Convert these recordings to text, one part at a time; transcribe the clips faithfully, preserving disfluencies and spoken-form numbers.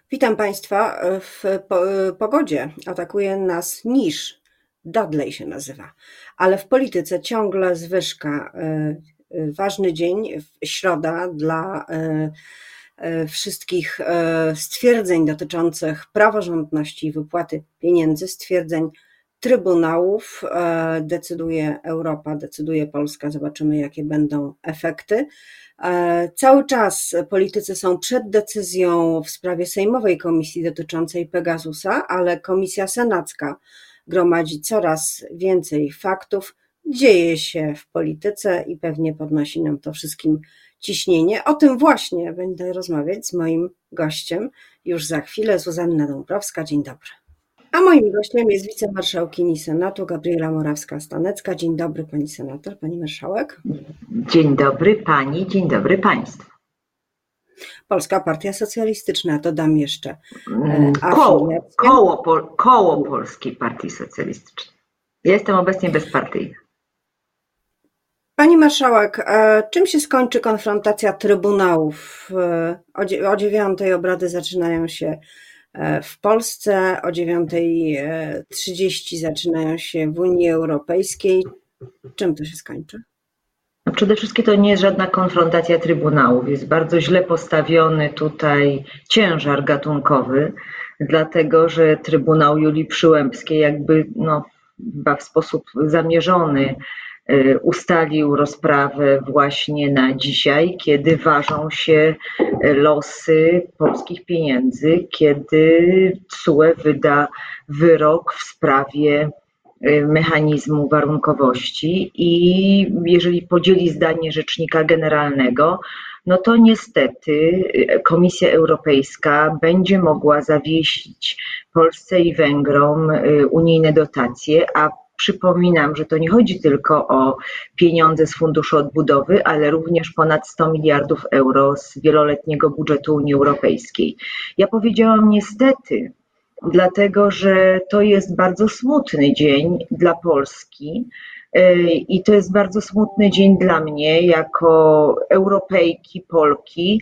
Witam Państwa. W po pogodzie atakuje nas niż, Dudley się nazywa, ale w polityce ciągle zwyżka. Ważny dzień, środa dla wszystkich stwierdzeń dotyczących praworządności i wypłaty pieniędzy, stwierdzeń trybunałów. Decyduje Europa, decyduje Polska, zobaczymy jakie będą efekty. Cały czas politycy są przed decyzją w sprawie sejmowej komisji dotyczącej Pegasusa, ale komisja senacka gromadzi coraz więcej faktów. Dzieje się w polityce i pewnie podnosi nam to wszystkim ciśnienie. O tym właśnie będę rozmawiać z moim gościem już za chwilę, Zuzanna Dąbrowska. Dzień dobry. A moim gościem jest wicemarszałkini Senatu Gabriela Morawska-Stanecka. Dzień dobry pani senator, pani marszałek. Dzień dobry pani, dzień dobry państwu. Polska Partia Socjalistyczna, dodam jeszcze. Koło, koło, koło Polskiej Partii Socjalistycznej. Ja jestem obecnie bezpartyjna. Pani marszałek, czym się skończy konfrontacja trybunałów? O dziewiątej obrady zaczynają się w Polsce, o dziewiątej trzydzieści zaczynają się w Unii Europejskiej. Czym to się skończy? No przede wszystkim to nie jest żadna konfrontacja trybunałów. Jest bardzo źle postawiony tutaj ciężar gatunkowy, dlatego że Trybunał Julii Przyłębskiej jakby no, chyba w sposób zamierzony ustalił rozprawę właśnie na dzisiaj, kiedy ważą się losy polskich pieniędzy, kiedy T S U E wyda wyrok w sprawie mechanizmu warunkowości i jeżeli podzieli zdanie rzecznika generalnego, no to niestety Komisja Europejska będzie mogła zawiesić Polsce i Węgrom unijne dotacje, a przypominam, że to nie chodzi tylko o pieniądze z Funduszu Odbudowy, ale również ponad sto miliardów euro z wieloletniego budżetu Unii Europejskiej. Ja powiedziałam niestety, dlatego że to jest bardzo smutny dzień dla Polski i to jest bardzo smutny dzień dla mnie jako Europejki, Polki,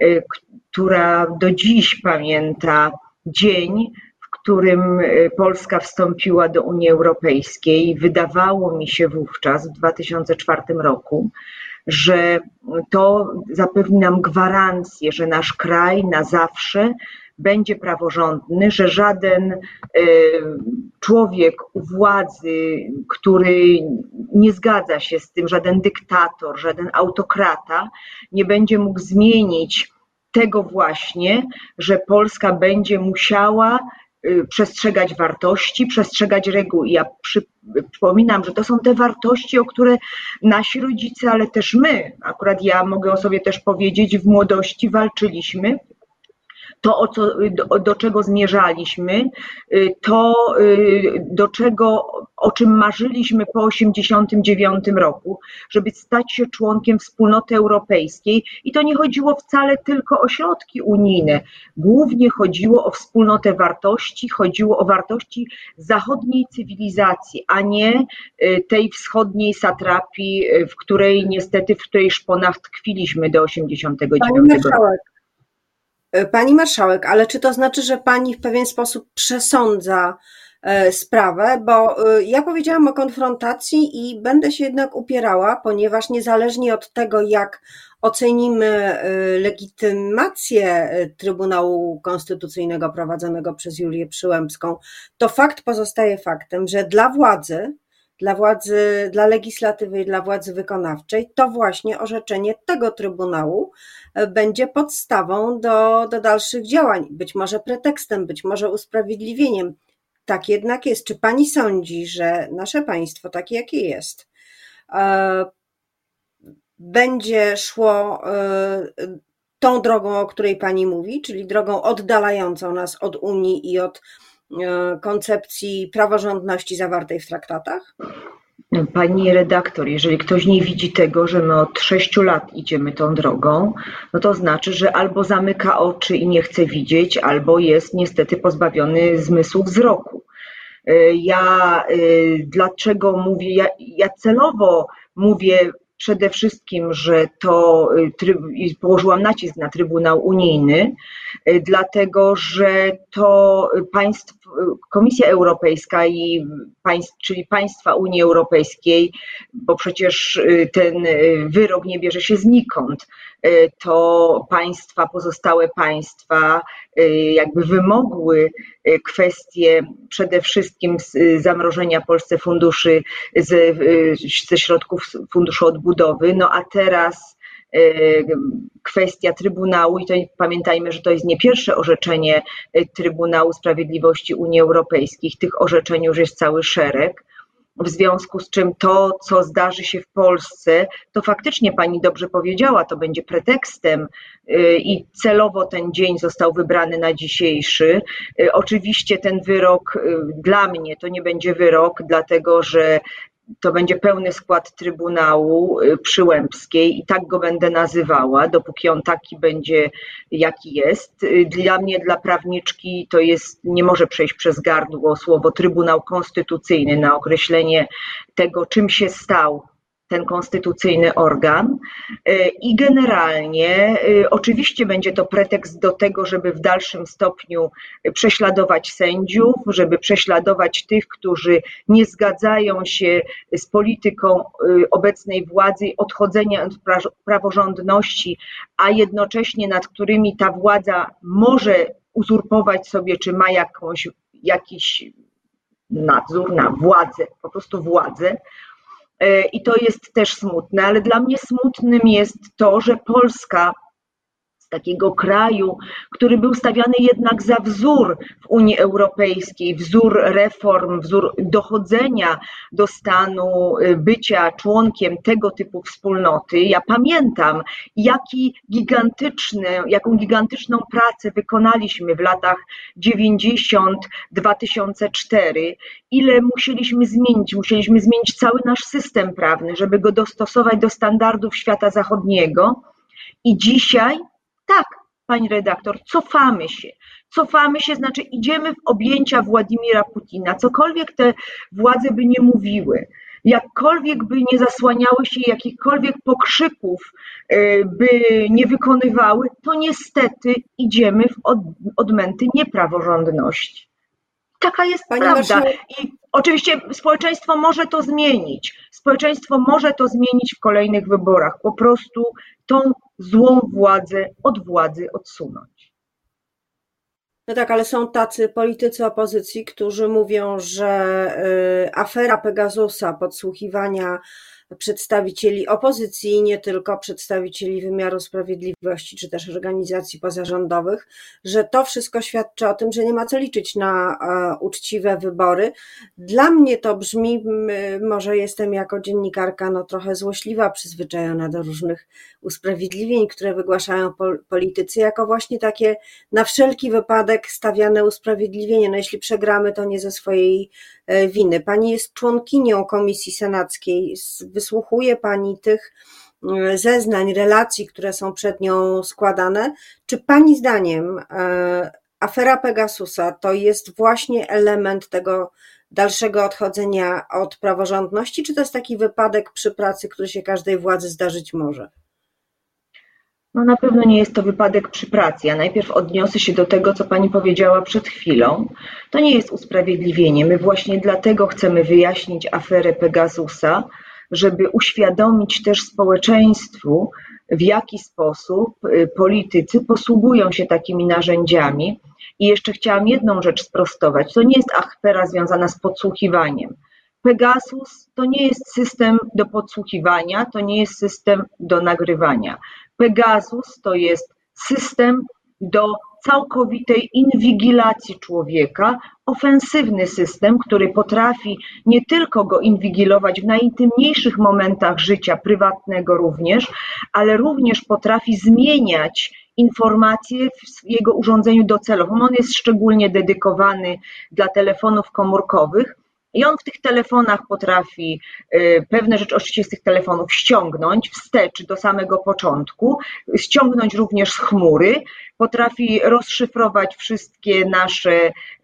która do dziś pamięta dzień, w którym Polska wstąpiła do Unii Europejskiej. Wydawało mi się wówczas, w dwa tysiące czwartym roku, że to zapewni nam gwarancję, że nasz kraj na zawsze będzie praworządny, że żaden człowiek u władzy, który nie zgadza się z tym, żaden dyktator, żaden autokrata nie będzie mógł zmienić tego właśnie, że Polska będzie musiała przestrzegać wartości, przestrzegać reguł. I ja przy, przypominam, że to są te wartości, o które nasi rodzice, ale też my, akurat ja mogę o sobie też powiedzieć, w młodości walczyliśmy. To, o co, do, do czego zmierzaliśmy, to do czego, o czym marzyliśmy po osiemdziesiątym dziewiątym roku, żeby stać się członkiem Wspólnoty Europejskiej. I to nie chodziło wcale tylko o środki unijne. Głównie chodziło o wspólnotę wartości, chodziło o wartości zachodniej cywilizacji, a nie tej wschodniej satrapii, w której niestety, w której szponach tkwiliśmy do osiemdziesiątego dziewiątego roku. Pani marszałek, ale czy to znaczy, że pani w pewien sposób przesądza sprawę? Bo ja powiedziałam o konfrontacji i będę się jednak upierała, ponieważ niezależnie od tego, jak ocenimy legitymację Trybunału Konstytucyjnego prowadzonego przez Julię Przyłębską, to fakt pozostaje faktem, że dla władzy, dla władzy, dla legislatywy i dla władzy wykonawczej, to właśnie orzeczenie tego Trybunału będzie podstawą do, do dalszych działań, być może pretekstem, być może usprawiedliwieniem. Tak jednak jest. Czy pani sądzi, że nasze państwo, takie jakie jest, będzie szło tą drogą, o której pani mówi, czyli drogą oddalającą nas od Unii i od koncepcji praworządności zawartej w traktatach? Pani redaktor, jeżeli ktoś nie widzi tego, że my od sześciu lat idziemy tą drogą, no to znaczy, że albo zamyka oczy i nie chce widzieć, albo jest niestety pozbawiony zmysłu wzroku. Ja dlaczego mówię, ja, ja celowo mówię przede wszystkim, że to położyłam nacisk na Trybunał Unijny, dlatego że to państw, Komisja Europejska i państw, czyli państwa Unii Europejskiej, bo przecież ten wyrok nie bierze się znikąd, to państwa, pozostałe państwa jakby wymogły kwestie przede wszystkim zamrożenia Polsce funduszy ze, ze środków Funduszu Odbudowy, no a teraz kwestia Trybunału i to pamiętajmy, że to jest nie pierwsze orzeczenie Trybunału Sprawiedliwości Unii Europejskiej, tych orzeczeń już jest cały szereg, w związku z czym to, co zdarzy się w Polsce, to faktycznie pani dobrze powiedziała, to będzie pretekstem i celowo ten dzień został wybrany na dzisiejszy. Oczywiście ten wyrok dla mnie to nie będzie wyrok, dlatego że to będzie pełny skład Trybunału przy Łębskiej i tak go będę nazywała, dopóki on taki będzie, jaki jest. Dla mnie, dla prawniczki to jest, nie może przejść przez gardło słowo Trybunał Konstytucyjny na określenie tego, czym się stał ten konstytucyjny organ i generalnie oczywiście będzie to pretekst do tego, żeby w dalszym stopniu prześladować sędziów, żeby prześladować tych, którzy nie zgadzają się z polityką obecnej władzy, odchodzenia od praworządności, a jednocześnie nad którymi ta władza może uzurpować sobie, czy ma jakąś, jakiś nadzór na władzę, po prostu władzę. I to jest też smutne, ale dla mnie smutnym jest to, że Polska z takiego kraju, który był stawiany jednak za wzór w Unii Europejskiej, wzór reform, wzór dochodzenia do stanu bycia członkiem tego typu wspólnoty. Ja pamiętam, jaki gigantyczny, jaką gigantyczną pracę wykonaliśmy w latach dziewięćdziesiątych do dwa tysiące czwartego, ile musieliśmy zmienić, musieliśmy zmienić cały nasz system prawny, żeby go dostosować do standardów świata zachodniego. I dzisiaj tak, pani redaktor, cofamy się. Cofamy się, znaczy idziemy w objęcia Władimira Putina, cokolwiek te władze by nie mówiły, jakkolwiek by nie zasłaniały się jakichkolwiek pokrzyków by nie wykonywały, to niestety idziemy w odmęty niepraworządności. Taka jest Pani prawda. Marszałek... I oczywiście społeczeństwo może to zmienić. Społeczeństwo może to zmienić w kolejnych wyborach. Po prostu tą złą władzę od władzy odsunąć. No tak, ale są tacy politycy opozycji, którzy mówią, że afera Pegasusa, podsłuchiwania przedstawicieli opozycji, nie tylko przedstawicieli wymiaru sprawiedliwości, czy też organizacji pozarządowych, że to wszystko świadczy o tym, że nie ma co liczyć na uczciwe wybory. Dla mnie to brzmi, może jestem jako dziennikarka no trochę złośliwa, przyzwyczajona do różnych usprawiedliwień, które wygłaszają politycy, jako właśnie takie na wszelki wypadek stawiane usprawiedliwienie. No jeśli przegramy, to nie ze swojej winy. Pani jest członkinią Komisji Senackiej, wysłuchuje Pani tych zeznań, relacji, które są przed nią składane. Czy Pani zdaniem afera Pegasusa to jest właśnie element tego dalszego odchodzenia od praworządności, czy to jest taki wypadek przy pracy, który się każdej władzy zdarzyć może? No na pewno nie jest to wypadek przy pracy. Ja najpierw odniosę się do tego, co Pani powiedziała przed chwilą. To nie jest usprawiedliwienie. My właśnie dlatego chcemy wyjaśnić aferę Pegasusa, żeby uświadomić też społeczeństwu, w jaki sposób politycy posługują się takimi narzędziami. I jeszcze chciałam jedną rzecz sprostować. To nie jest afera związana z podsłuchiwaniem. Pegasus to nie jest system do podsłuchiwania, to nie jest system do nagrywania. Pegasus to jest system do całkowitej inwigilacji człowieka, ofensywny system, który potrafi nie tylko go inwigilować w najintymniejszych momentach życia prywatnego również, ale również potrafi zmieniać informacje w jego urządzeniu docelowym. On jest szczególnie dedykowany dla telefonów komórkowych. I on w tych telefonach potrafi pewne rzeczy oczywiście z tych telefonów ściągnąć wstecz do samego początku, ściągnąć również z chmury, potrafi rozszyfrować wszystkie nasze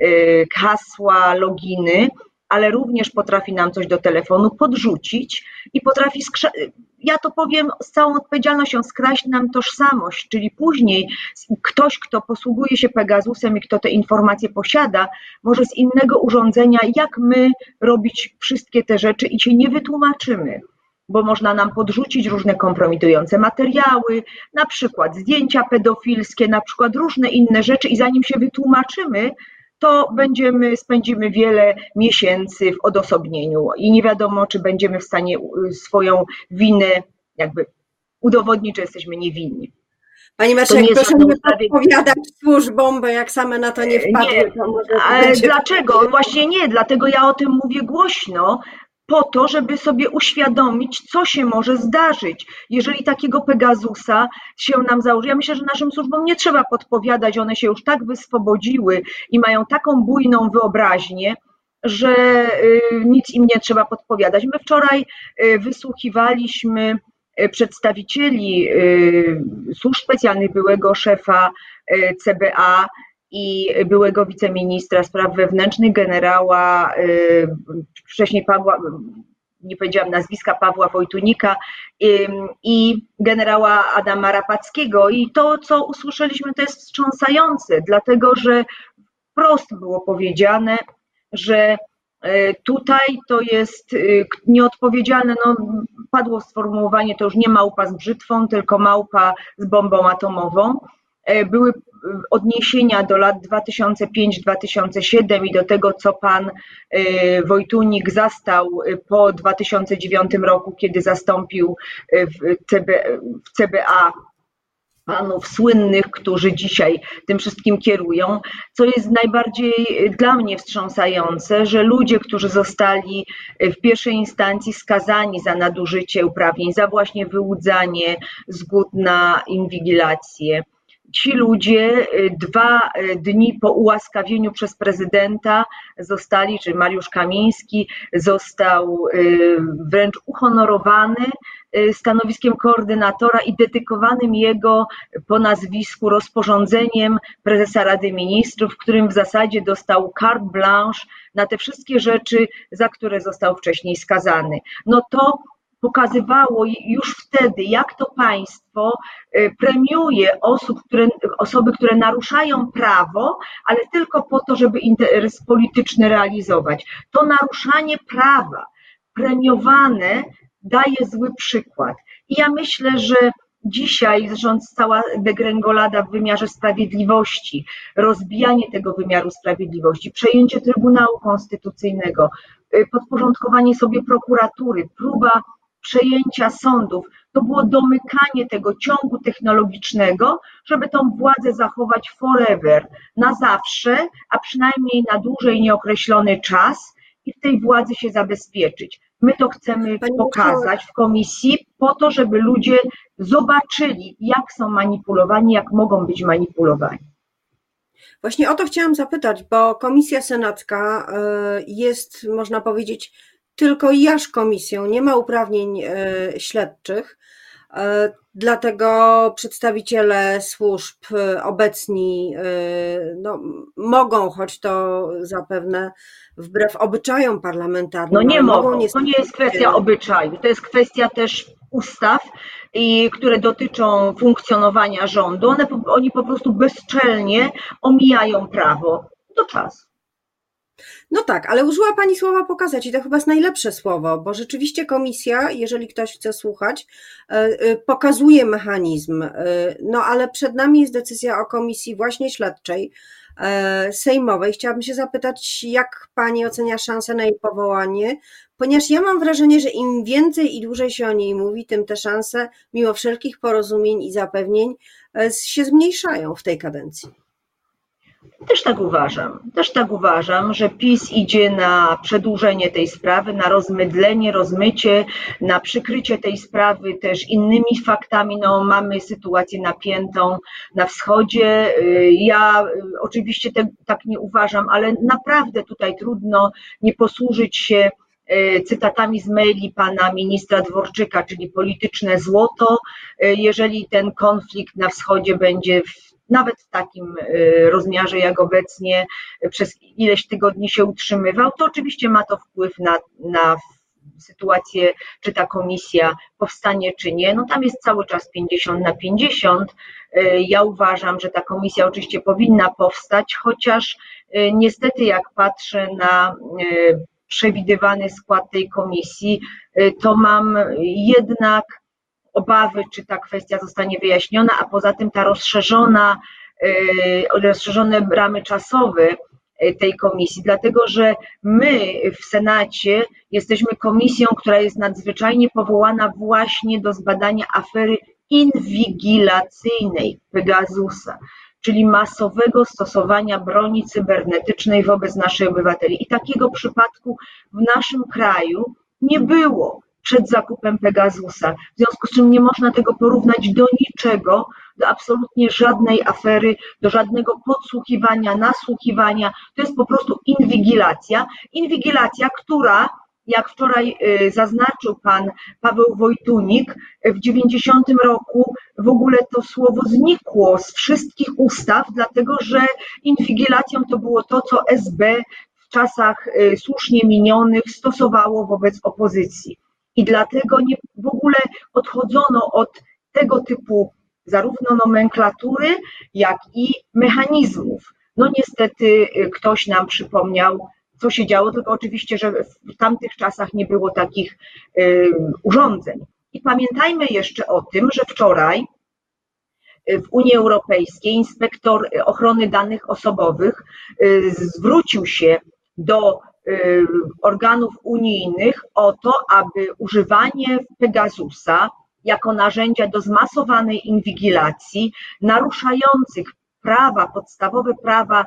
hasła, loginy, ale również potrafi nam coś do telefonu podrzucić i potrafi ja to powiem z całą odpowiedzialnością, skraść nam tożsamość, czyli później ktoś, kto posługuje się Pegasusem i kto te informacje posiada, może z innego urządzenia, jak my robić wszystkie te rzeczy i się nie wytłumaczymy, bo można nam podrzucić różne kompromitujące materiały, na przykład zdjęcia pedofilskie, na przykład różne inne rzeczy i zanim się wytłumaczymy, to będziemy, spędzimy wiele miesięcy w odosobnieniu i nie wiadomo, czy będziemy w stanie swoją winę jakby udowodnić, że jesteśmy niewinni. Pani marszałek, proszę nie podpowiadać służbom, bo jak same na to nie wpadły, nie, to może... Ale będzie... dlaczego? Właśnie nie, dlatego ja o tym mówię głośno, po to, żeby sobie uświadomić, co się może zdarzyć, jeżeli takiego Pegasusa się nam założy. Ja myślę, że naszym służbom nie trzeba podpowiadać, one się już tak wyswobodziły i mają taką bujną wyobraźnię, że nic im nie trzeba podpowiadać. My wczoraj wysłuchiwaliśmy przedstawicieli służb specjalnych, byłego szefa C B A i byłego wiceministra spraw wewnętrznych, generała, wcześniej Pawła, nie powiedziałam nazwiska, Pawła Wojtunika i generała Adama Rapackiego. I to, co usłyszeliśmy, to jest wstrząsające, dlatego że wprost było powiedziane, że tutaj to jest nieodpowiedzialne, no, padło sformułowanie, to już nie małpa z brzytwą, tylko małpa z bombą atomową. Były odniesienia do lat dwa tysiące piąty do dwa tysiące siódmego i do tego, co pan Wojtunik zastał po dwa tysiące dziewiątym roku, kiedy zastąpił w C B A panów słynnych, którzy dzisiaj tym wszystkim kierują. Co jest najbardziej dla mnie wstrząsające, że ludzie, którzy zostali w pierwszej instancji skazani za nadużycie uprawnień, za właśnie wyłudzanie zgód na inwigilację, ci ludzie dwa dni po ułaskawieniu przez prezydenta zostali, czy Mariusz Kamiński został wręcz uhonorowany stanowiskiem koordynatora i dedykowanym jego po nazwisku rozporządzeniem prezesa Rady Ministrów, w którym w zasadzie dostał carte blanche na te wszystkie rzeczy, za które został wcześniej skazany. No to pokazywało już wtedy, jak to państwo premiuje osób, które, osoby, które naruszają prawo, ale tylko po to, żeby interes polityczny realizować. To naruszanie prawa premiowane daje zły przykład. I ja myślę, że dzisiaj, zresztą cała degrengolada w wymiarze sprawiedliwości, rozbijanie tego wymiaru sprawiedliwości, przejęcie Trybunału Konstytucyjnego, podporządkowanie sobie prokuratury, próba przejęcia sądów, to było domykanie tego ciągu technologicznego, żeby tą władzę zachować forever, na zawsze, a przynajmniej na dłużej nieokreślony czas i w tej władzy się zabezpieczyć. My to chcemy pokazać w komisji po to, żeby ludzie zobaczyli, jak są manipulowani, jak mogą być manipulowani. Właśnie o to chciałam zapytać, bo Komisja Senacka jest, można powiedzieć, tylko jaż komisją, nie ma uprawnień śledczych, dlatego przedstawiciele służb obecni no, mogą, choć to zapewne wbrew obyczajom parlamentarnym. No nie mogą, mogą to nie jest kwestia obyczaju, to jest kwestia też ustaw, i, które dotyczą funkcjonowania rządu. One, oni po prostu bezczelnie omijają prawo do czasu. No tak, ale użyła Pani słowa pokazać i to chyba jest najlepsze słowo, bo rzeczywiście komisja, jeżeli ktoś chce słuchać, pokazuje mechanizm, no ale przed nami jest decyzja o komisji właśnie śledczej, sejmowej. Chciałabym się zapytać, jak Pani ocenia szansę na jej powołanie, ponieważ ja mam wrażenie, że im więcej i dłużej się o niej mówi, tym te szanse, mimo wszelkich porozumień i zapewnień, się zmniejszają w tej kadencji. Też tak uważam, też tak uważam, że PiS idzie na przedłużenie tej sprawy, na rozmydlenie, rozmycie, na przykrycie tej sprawy też innymi faktami. No, mamy sytuację napiętą na wschodzie. Ja oczywiście te, tak nie uważam, ale naprawdę tutaj trudno nie posłużyć się cytatami z maili pana ministra Dworczyka, czyli polityczne złoto, jeżeli ten konflikt na wschodzie będzie w nawet w takim rozmiarze, jak obecnie przez ileś tygodni się utrzymywał, to oczywiście ma to wpływ na, na sytuację, czy ta komisja powstanie, czy nie. No tam jest cały czas pięćdziesiąt na pięćdziesiąt. Ja uważam, że ta komisja oczywiście powinna powstać, chociaż niestety jak patrzę na przewidywany skład tej komisji, to mam jednak obawy, czy ta kwestia zostanie wyjaśniona, a poza tym ta rozszerzona, rozszerzone ramy czasowe tej komisji, dlatego że my w Senacie jesteśmy komisją, która jest nadzwyczajnie powołana właśnie do zbadania afery inwigilacyjnej Pegasusa, czyli masowego stosowania broni cybernetycznej wobec naszych obywateli. I takiego przypadku w naszym kraju nie było przed zakupem Pegasusa, w związku z czym nie można tego porównać do niczego, do absolutnie żadnej afery, do żadnego podsłuchiwania, nasłuchiwania. To jest po prostu inwigilacja. Inwigilacja, która, jak wczoraj zaznaczył pan Paweł Wojtunik, w dziewięćdziesiątym roku w ogóle to słowo znikło z wszystkich ustaw, dlatego że inwigilacją to było to, co S B w czasach słusznie minionych stosowało wobec opozycji. I dlatego nie, w ogóle odchodzono od tego typu zarówno nomenklatury, jak i mechanizmów. No niestety ktoś nam przypomniał, co się działo, tylko oczywiście, że w tamtych czasach nie było takich y, urządzeń. I pamiętajmy jeszcze o tym, że wczoraj w Unii Europejskiej inspektor ochrony danych osobowych y, zwrócił się do y, organów unijnych o to, aby używanie Pegasusa jako narzędzia do zmasowanej inwigilacji, naruszających prawa, podstawowe prawa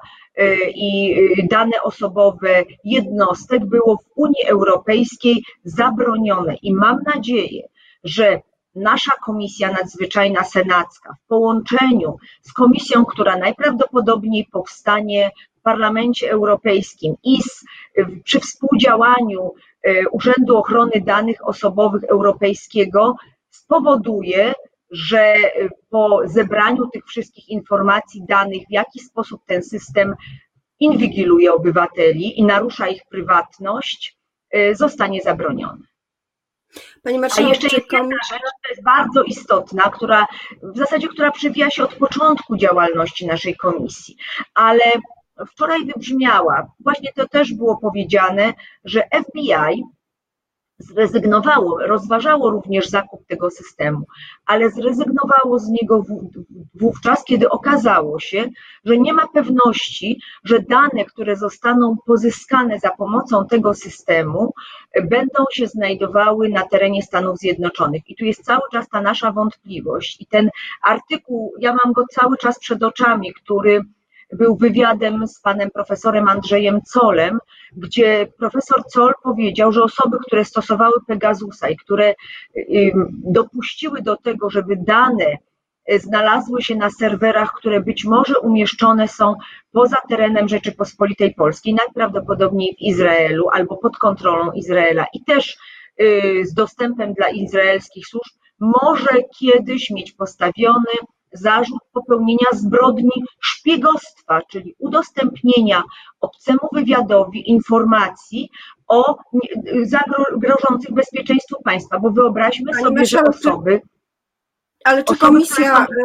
i dane osobowe jednostek było w Unii Europejskiej zabronione. I mam nadzieję, że nasza Komisja Nadzwyczajna Senacka w połączeniu z komisją, która najprawdopodobniej powstanie w Parlamencie Europejskim i z, przy współdziałaniu Urzędu Ochrony Danych Osobowych Europejskiego spowoduje, że po zebraniu tych wszystkich informacji, danych, w jaki sposób ten system inwigiluje obywateli i narusza ich prywatność, zostanie zabroniony. Pani marszałek, a jeszcze jest jedna rzecz, która jest bardzo istotna, która w zasadzie która przewija się od początku działalności naszej komisji, ale wczoraj wybrzmiała, właśnie to też było powiedziane, że F B I zrezygnowało, rozważało również zakup tego systemu, ale zrezygnowało z niego wówczas, kiedy okazało się, że nie ma pewności, że dane, które zostaną pozyskane za pomocą tego systemu, będą się znajdowały na terenie Stanów Zjednoczonych. I tu jest cały czas ta nasza wątpliwość. I ten artykuł, ja mam go cały czas przed oczami, który był wywiadem z panem profesorem Andrzejem Zollem, gdzie profesor Zoll powiedział, że osoby, które stosowały Pegasusa i które dopuściły do tego, żeby dane znalazły się na serwerach, które być może umieszczone są poza terenem Rzeczypospolitej Polskiej, najprawdopodobniej w Izraelu albo pod kontrolą Izraela i też z dostępem dla izraelskich służb, może kiedyś mieć postawiony zarzut popełnienia zbrodni szpiegostwa, czyli udostępnienia obcemu wywiadowi informacji o grożących bezpieczeństwu państwa, bo wyobraźmy Pani sobie, że osoby... Ale czy osoby, komisja... są...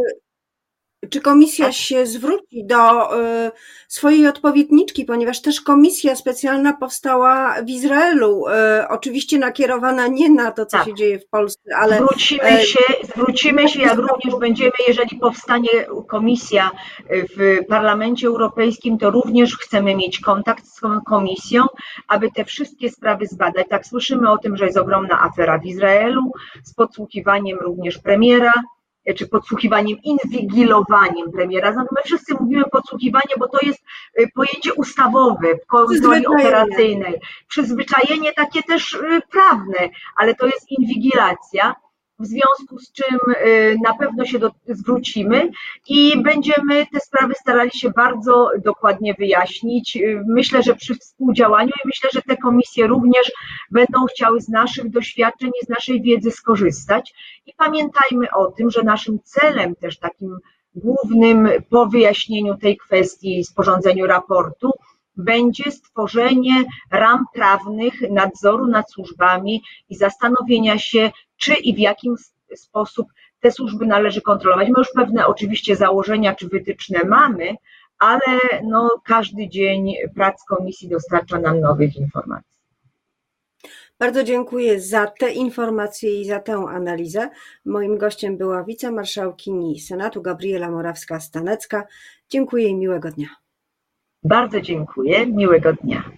Czy komisja się zwróci do y, swojej odpowiedniczki, ponieważ też komisja specjalna powstała w Izraelu, y, oczywiście nakierowana nie na to, co tak. się dzieje w Polsce, ale... Zwrócimy się, zwrócimy się, jak również będziemy, jeżeli powstanie komisja w Parlamencie Europejskim, to również chcemy mieć kontakt z komisją, aby te wszystkie sprawy zbadać. Tak, słyszymy o tym, że jest ogromna afera w Izraelu, z podsłuchiwaniem również premiera, czy podsłuchiwaniem, inwigilowaniem premiera. Znaczy my wszyscy mówimy podsłuchiwanie, bo to jest pojęcie ustawowe w kontroli operacyjnej. Przyzwyczajenie takie też prawne, ale to jest inwigilacja, w związku z czym na pewno się do, zwrócimy i będziemy te sprawy starali się bardzo dokładnie wyjaśnić. Myślę, że przy współdziałaniu i myślę, że te komisje również będą chciały z naszych doświadczeń i z naszej wiedzy skorzystać. I pamiętajmy o tym, że naszym celem też takim głównym po wyjaśnieniu tej kwestii, sporządzeniu raportu, będzie stworzenie ram prawnych nadzoru nad służbami i zastanowienia się, czy i w jakim sposób te służby należy kontrolować. My już pewne oczywiście założenia czy wytyczne mamy, ale no, każdy dzień prac komisji dostarcza nam nowych informacji. Bardzo dziękuję za te informacje i za tę analizę. Moim gościem była wicemarszałkini Senatu Gabriela Morawska-Stanecka. Dziękuję i miłego dnia. Bardzo dziękuję, miłego dnia.